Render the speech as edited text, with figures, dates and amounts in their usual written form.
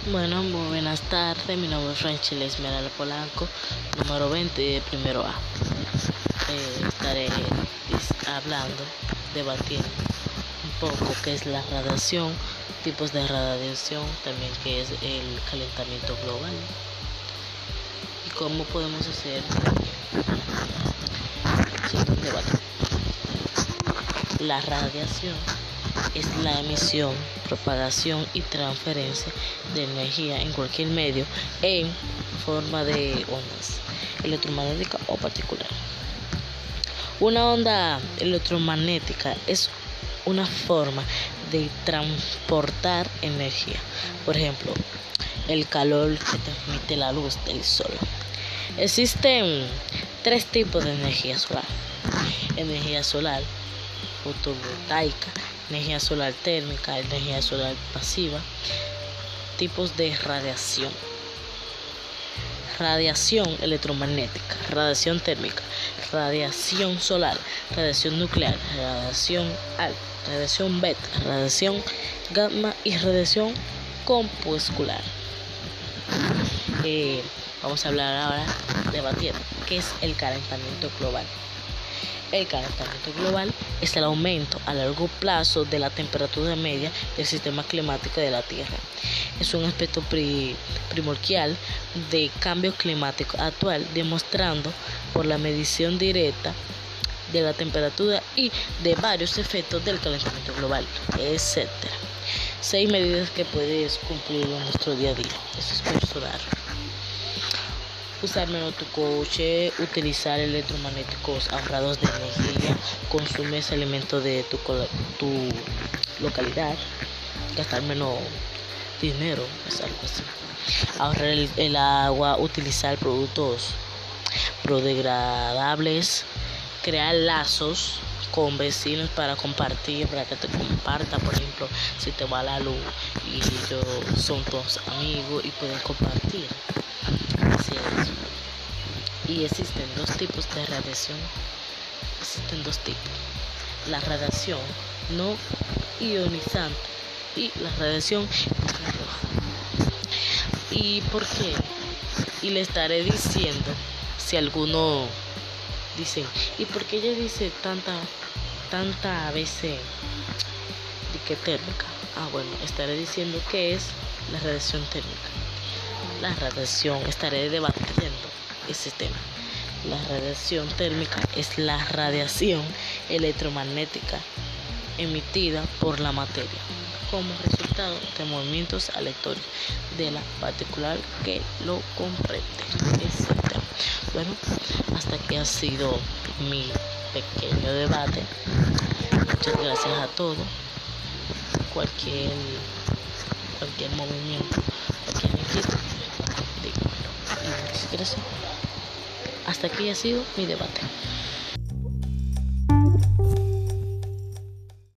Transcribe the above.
Bueno, muy buenas tardes. Mi nombre es Franchel Esmeralda Polanco, número 20 de primero A. Estaré hablando, debatiendo un poco qué es la radiación, tipos de radiación, también qué es el calentamiento global y cómo podemos hacer un debate. La radiación es la emisión, propagación y transferencia de energía en cualquier medio en forma de ondas electromagnéticas o particulares. Una onda electromagnética es una forma de transportar energía. Por ejemplo, el calor que transmite la luz del sol. Existen tres tipos de energía solar: energía solar fotovoltaica, energía solar térmica, energía solar pasiva. Tipos de radiación: radiación electromagnética, radiación térmica, radiación solar, radiación nuclear, radiación alfa, radiación beta, radiación gamma y radiación corpuscular. Vamos a hablar ahora, debatiendo, ¿qué es el calentamiento global? El calentamiento global es el aumento a largo plazo de la temperatura media del sistema climático de la Tierra. Es un aspecto primordial del cambio climático actual, demostrando por la medición directa de la temperatura y de varios efectos del calentamiento global, etc. 6 medidas que puedes cumplir en nuestro día a día. Eso es personal. Usar menos tu coche, utilizar electromagnéticos ahorrados de energía, consumir alimentos de tu localidad, gastar menos dinero, es algo así. Ahorrar el agua, utilizar productos biodegradables, crear lazos con vecinos para compartir, para que te comparta. Por ejemplo, si te va la luz y ellos son tus amigos y pueden compartir. Así es. Y existen dos tipos de radiación. Existen dos tipos: la radiación no ionizante y la radiación infrarroja. ¿Y por qué? Y le estaré diciendo, si alguno dice, ¿y por qué ella dice tanta veces de que térmica? Bueno, estaré diciendo que es la radiación térmica. La radiación, estaré debatiendo ese tema. La radiación térmica es la radiación electromagnética emitida por la materia como resultado de movimientos aleatorios de la partícula que lo comprende, etc. Bueno, hasta aquí ha sido mi pequeño debate. Muchas gracias a todos. Cualquier movimiento, cualquier inquietud, dígamelo. Y muchas gracias. Hasta aquí ha sido mi debate.